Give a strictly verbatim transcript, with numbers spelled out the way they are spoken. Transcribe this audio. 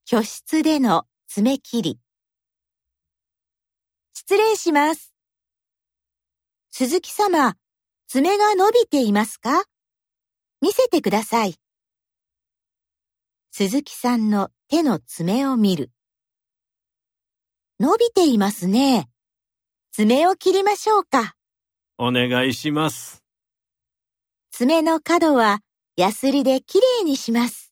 居室での爪切り。失礼します。鈴木様、爪が伸びていますか？見せてください。鈴木さんの手の爪を見る。伸びていますね。爪を切りましょうか。 お願いします。 爪の角はヤスリできれいにします。